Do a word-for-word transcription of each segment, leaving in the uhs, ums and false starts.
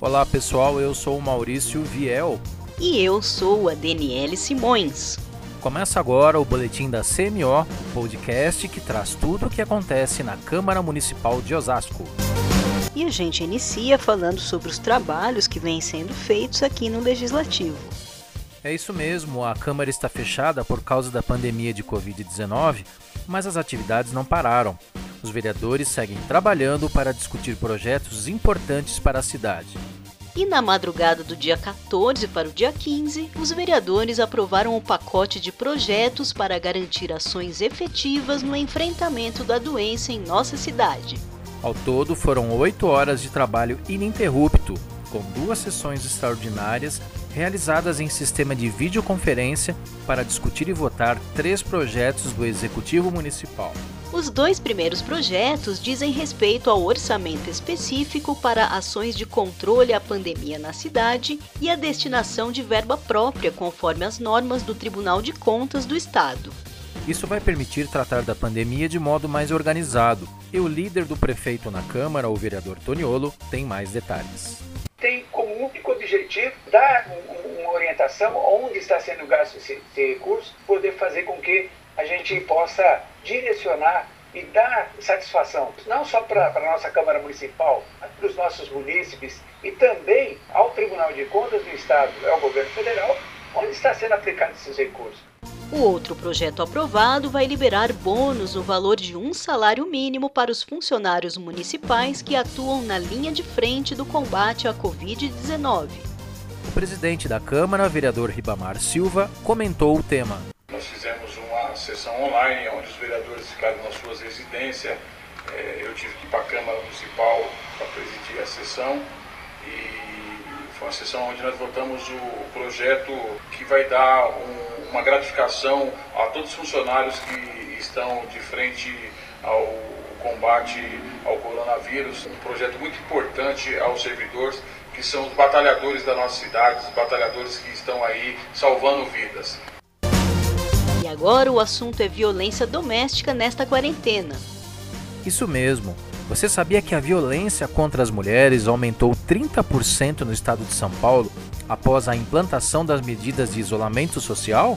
Olá pessoal, eu sou o Maurício Viel. E eu sou a Daniele Simões. Começa agora o Boletim da C M O, podcast que traz tudo o que acontece na Câmara Municipal de Osasco. E a gente inicia falando sobre os trabalhos que vêm sendo feitos aqui no Legislativo. É isso mesmo, a Câmara está fechada por causa da pandemia de covid dezenove, mas as atividades não pararam. Os vereadores seguem trabalhando para discutir projetos importantes para a cidade. E na madrugada do dia quatorze para o dia quinze, os vereadores aprovaram um pacote de projetos para garantir ações efetivas no enfrentamento da doença em nossa cidade. Ao todo, foram oito horas de trabalho ininterrupto, com duas sessões extraordinárias realizadas em sistema de videoconferência para discutir e votar três projetos do Executivo Municipal. Os dois primeiros projetos dizem respeito ao orçamento específico para ações de controle à pandemia na cidade e a destinação de verba própria conforme as normas do Tribunal de Contas do Estado. Isso vai permitir tratar da pandemia de modo mais organizado. E o líder do prefeito na Câmara, o vereador Toniolo, tem mais detalhes. Tem como único objetivo dar uma orientação onde está sendo gasto esse recurso, poder fazer com que a gente possa direcionar e dar satisfação, não só para a nossa Câmara Municipal, mas para os nossos munícipes e também ao Tribunal de Contas do Estado, ao Governo Federal, onde está sendo aplicado esses recursos. O outro projeto aprovado vai liberar bônus no valor de um salário mínimo para os funcionários municipais que atuam na linha de frente do combate à covid dezenove. O presidente da Câmara, vereador Ribamar Silva, comentou o tema. Nós fizemos uma sessão online onde os vereadores ficaram nas suas residências. Eu tive que ir para a Câmara Municipal para presidir a sessão e foi uma sessão onde nós votamos o projeto que vai dar um uma gratificação a todos os funcionários que estão de frente ao combate ao coronavírus. Um projeto muito importante aos servidores, que são os batalhadores da nossa cidade, os batalhadores que estão aí salvando vidas. E agora o assunto é violência doméstica nesta quarentena. Isso mesmo. Você sabia que a violência contra as mulheres aumentou trinta por cento no estado de São Paulo após a implantação das medidas de isolamento social?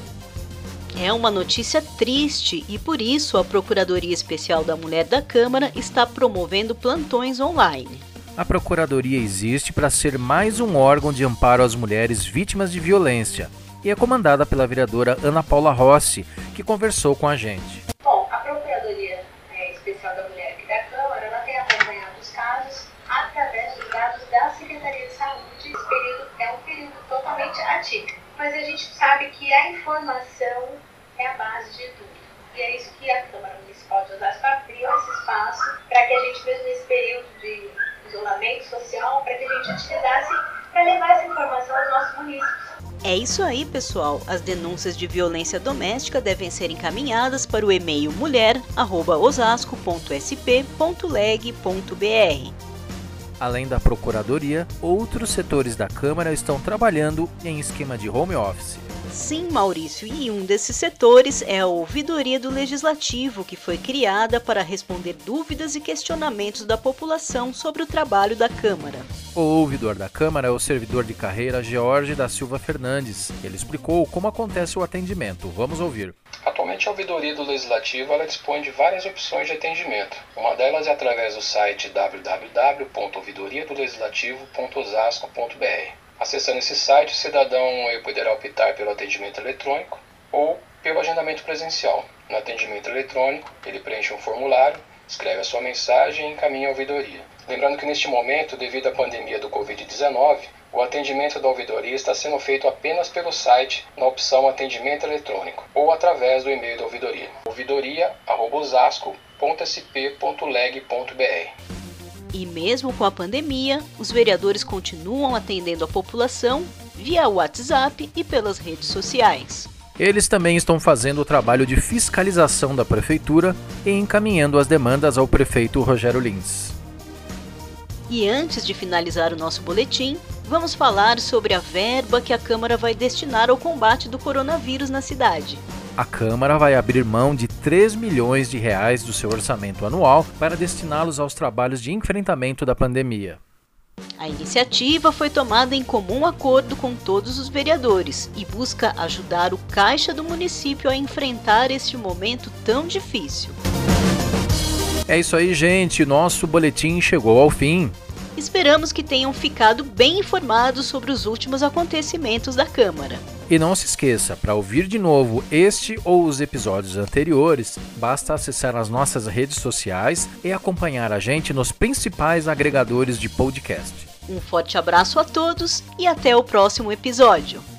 É uma notícia triste e por isso a Procuradoria Especial da Mulher da Câmara está promovendo plantões online. A Procuradoria existe para ser mais um órgão de amparo às mulheres vítimas de violência e é comandada pela vereadora Ana Paula Rossi, que conversou com a gente. Bom, a Procuradoria é, Especial da Mulher aqui da Câmara, ela tem acompanhado os casos através dos dados da Secretaria de Saúde. Esse período é um período totalmente atípico, mas a gente sabe que a informação é a base de tudo. E é isso que a Câmara Municipal de Osasco abriu esse espaço para que a gente, mesmo nesse período de isolamento social, para que a gente utilizasse para levar essa informação aos nossos munícipes. É isso aí, pessoal. As denúncias de violência doméstica devem ser encaminhadas para o e-mail mulher arroba osasco ponto s p ponto leg ponto b r. Além da Procuradoria, outros setores da Câmara estão trabalhando em esquema de home office. Sim, Maurício, e um desses setores é a Ouvidoria do Legislativo, que foi criada para responder dúvidas e questionamentos da população sobre o trabalho da Câmara. O ouvidor da Câmara é o servidor de carreira George da Silva Fernandes. Ele explicou como acontece o atendimento. Vamos ouvir. Atualmente, a Ouvidoria do Legislativo ela dispõe de várias opções de atendimento. Uma delas é através do site w w w ponto ouvidoria do legislativo ponto osasco ponto b r. Acessando esse site, o cidadão poderá optar pelo atendimento eletrônico ou pelo agendamento presencial. No atendimento eletrônico, ele preenche um formulário, escreve a sua mensagem e encaminha a ouvidoria. Lembrando que neste momento, devido à pandemia do covid dezenove, o atendimento da ouvidoria está sendo feito apenas pelo site na opção atendimento eletrônico ou através do e-mail da ouvidoria, ouvidoria arroba osasco ponto s p ponto leg ponto b r. E mesmo com a pandemia, os vereadores continuam atendendo a população via WhatsApp e pelas redes sociais. Eles também estão fazendo o trabalho de fiscalização da Prefeitura e encaminhando as demandas ao prefeito Rogério Lins. E antes de finalizar o nosso boletim, vamos falar sobre a verba que a Câmara vai destinar ao combate do coronavírus na cidade. A Câmara vai abrir mão de três milhões de reais do seu orçamento anual para destiná-los aos trabalhos de enfrentamento da pandemia. A iniciativa foi tomada em comum acordo com todos os vereadores e busca ajudar o caixa do município a enfrentar este momento tão difícil. É isso aí, gente. Nosso boletim chegou ao fim. Esperamos que tenham ficado bem informados sobre os últimos acontecimentos da Câmara. E não se esqueça, para ouvir de novo este ou os episódios anteriores, basta acessar as nossas redes sociais e acompanhar a gente nos principais agregadores de podcast. Um forte abraço a todos e até o próximo episódio.